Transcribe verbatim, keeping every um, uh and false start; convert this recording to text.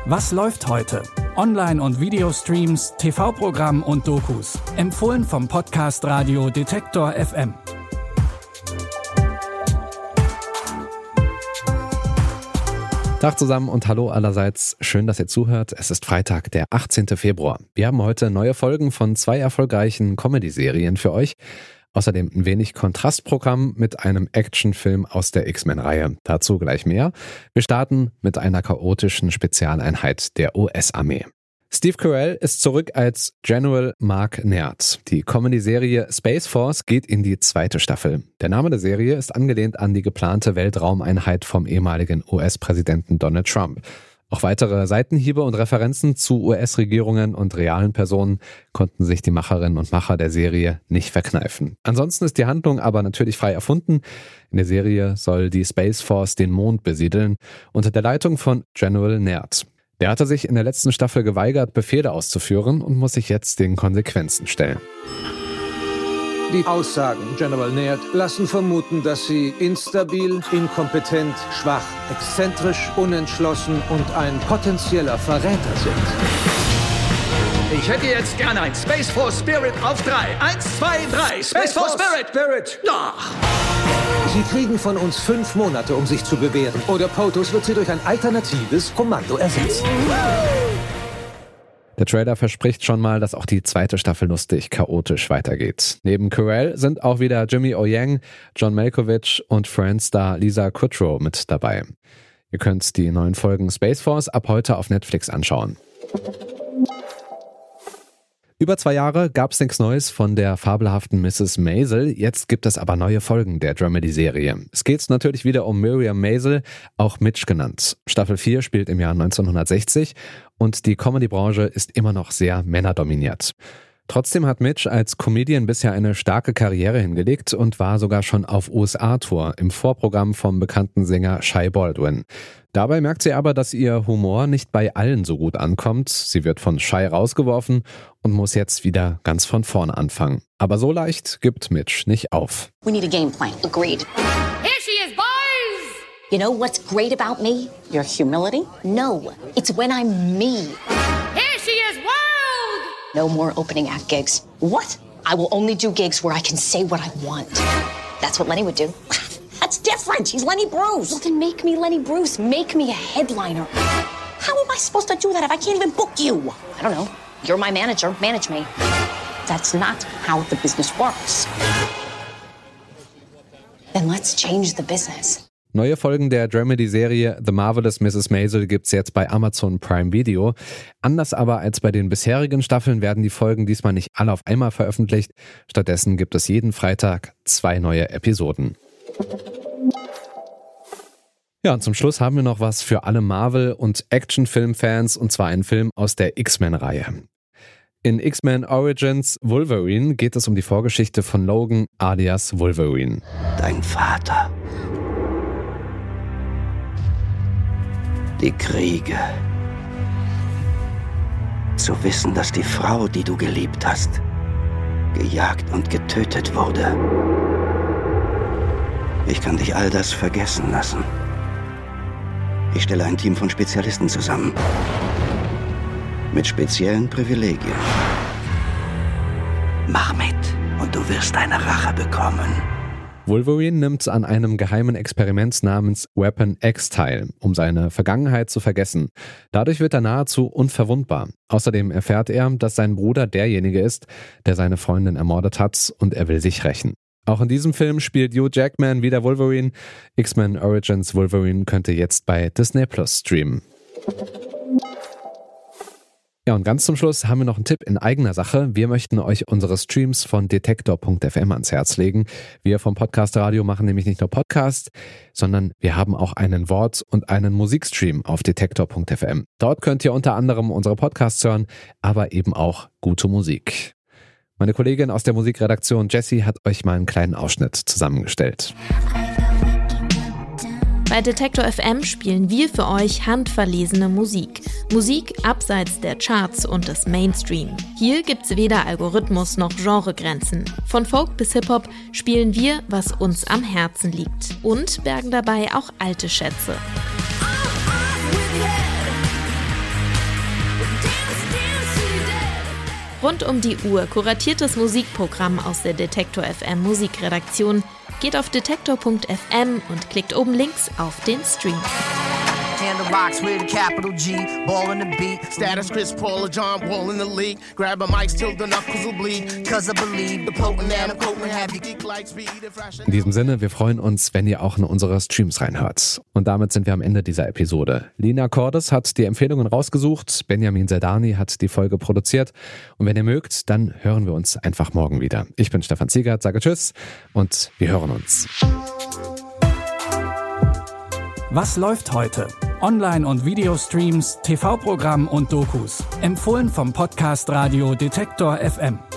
Was läuft heute? Online- und Videostreams, T V-Programm und Dokus. Empfohlen vom Podcast Radio Detektor F M. Tag zusammen und hallo allerseits. Schön, dass ihr zuhört. Es ist Freitag, der achtzehnten Februar. Wir haben heute neue Folgen von zwei erfolgreichen Comedy-Serien für euch. Außerdem ein wenig Kontrastprogramm mit einem Actionfilm aus der X-Men-Reihe. Dazu gleich mehr. Wir starten mit einer chaotischen Spezialeinheit der U S-Armee. Steve Carell ist zurück als General Mark Nerd. Die Comedy-Serie Space Force geht in die zweite Staffel. Der Name der Serie ist angelehnt an die geplante Weltraumeinheit vom ehemaligen U S-Präsidenten Donald Trump. Auch weitere Seitenhiebe und Referenzen zu U S-Regierungen und realen Personen konnten sich die Macherinnen und Macher der Serie nicht verkneifen. Ansonsten ist die Handlung aber natürlich frei erfunden. In der Serie soll die Space Force den Mond besiedeln, unter der Leitung von General Nerd. Der hatte sich in der letzten Staffel geweigert, Befehle auszuführen und muss sich jetzt den Konsequenzen stellen. Die Aussagen General Nerd lassen vermuten, dass Sie instabil, inkompetent, schwach, exzentrisch, unentschlossen und ein potenzieller Verräter sind. Ich hätte jetzt gerne ein Space Force Spirit auf drei. Eins, zwei, drei. Space Force Spirit. Spirit. Ja. Sie kriegen von uns fünf Monate, um sich zu bewähren. Oder POTUS wird Sie durch ein alternatives Kommando ersetzen. Der Trailer verspricht schon mal, dass auch die zweite Staffel lustig chaotisch weitergeht. Neben Carell sind auch wieder Jimmy O. Yang, John Malkovich und Friends-Star Lisa Kudrow mit dabei. Ihr könnt die neuen Folgen Space Force ab heute auf Netflix anschauen. Über zwei Jahre gab es nichts Neues von der fabelhaften Misses Maisel. Jetzt gibt es aber neue Folgen der Dramedy-Serie. Es geht natürlich wieder um Miriam Maisel, auch Mitch genannt. Staffel vier spielt im Jahr neunzehnhundertsechzig und die Comedy-Branche ist immer noch sehr männerdominiert. Trotzdem hat Mitch als Comedian bisher eine starke Karriere hingelegt und war sogar schon auf U S A-Tour im Vorprogramm vom bekannten Sänger Shai Baldwin. Dabei merkt sie aber, dass ihr Humor nicht bei allen so gut ankommt. Sie wird von Shai rausgeworfen und muss jetzt wieder ganz von vorne anfangen. Aber so leicht gibt Mitch nicht auf. We need a game plan. Agreed. Here she is, boys! You know what's great about me? Your humility? No, it's when I'm me. Here she is, world! No more opening act gigs. What? I will only do gigs where I can say what I want. That's what Lenny would do. That's different. He's Lenny Bruce. Well, then make me Lenny Bruce. Make me a headliner. How am I supposed to do that if I can't even book you? I don't know. You're my manager. Manage me. That's not how the business works. Then let's change the business. Neue Folgen der Dramedy-Serie The Marvelous Misses Maisel gibt's jetzt bei Amazon Prime Video. Anders aber als bei den bisherigen Staffeln werden die Folgen diesmal nicht alle auf einmal veröffentlicht. Stattdessen gibt es jeden Freitag zwei neue Episoden. Ja, und zum Schluss haben wir noch was für alle Marvel- und Actionfilm-Fans, und zwar einen Film aus der X-Men-Reihe. In X-Men Origins Wolverine geht es um die Vorgeschichte von Logan alias Wolverine. Dein Vater. Die Kriege. Zu wissen, dass die Frau, die du geliebt hast, gejagt und getötet wurde. Ich kann dich all das vergessen lassen. Ich stelle ein Team von Spezialisten zusammen. Mit speziellen Privilegien. Mach mit und du wirst deine Rache bekommen. Wolverine nimmt an einem geheimen Experiment namens Weapon X teil, um seine Vergangenheit zu vergessen. Dadurch wird er nahezu unverwundbar. Außerdem erfährt er, dass sein Bruder derjenige ist, der seine Freundin ermordet hat, und er will sich rächen. Auch in diesem Film spielt Hugh Jackman wieder Wolverine. X-Men Origins Wolverine könnt ihr jetzt bei Disney Plus streamen. Ja, und ganz zum Schluss haben wir noch einen Tipp in eigener Sache. Wir möchten euch unsere Streams von detektor punkt f m ans Herz legen. Wir vom Podcast Radio machen nämlich nicht nur Podcast, sondern wir haben auch einen Wort- und einen Musikstream auf detektor punkt f m. Dort könnt ihr unter anderem unsere Podcasts hören, aber eben auch gute Musik. Meine Kollegin aus der Musikredaktion Jessie hat euch mal einen kleinen Ausschnitt zusammengestellt. Bei Detektor F M spielen wir für euch handverlesene Musik. Musik abseits der Charts und des Mainstream. Hier gibt's weder Algorithmus noch Genregrenzen. Von Folk bis Hip-Hop spielen wir, was uns am Herzen liegt. Und bergen dabei auch alte Schätze. Rund um die Uhr kuratiertes Musikprogramm aus der Detektor F M Musikredaktion. Geht auf detektor punkt f m und klickt oben links auf den Stream. Handle box with a capital G, ball in the beat. Status Chris Paul or John Wall in the league. Grab a mic till the knuckles will bleed. Cause I believe the potent and I'm quoting have you geek like speed. In diesem Sinne, wir freuen uns, wenn ihr auch in unsere Streams reinhört. Und damit sind wir am Ende dieser Episode. Lina Cordes hat die Empfehlungen rausgesucht, Benjamin Zerdani hat die Folge produziert. Und wenn ihr mögt, dann hören wir uns einfach morgen wieder. Ich bin Stefan Ziegert, sage Tschüss und wir hören uns. Was läuft heute? Online- und Videostreams, T V-Programm und Dokus. Empfohlen vom Podcast Radio Detektor F M.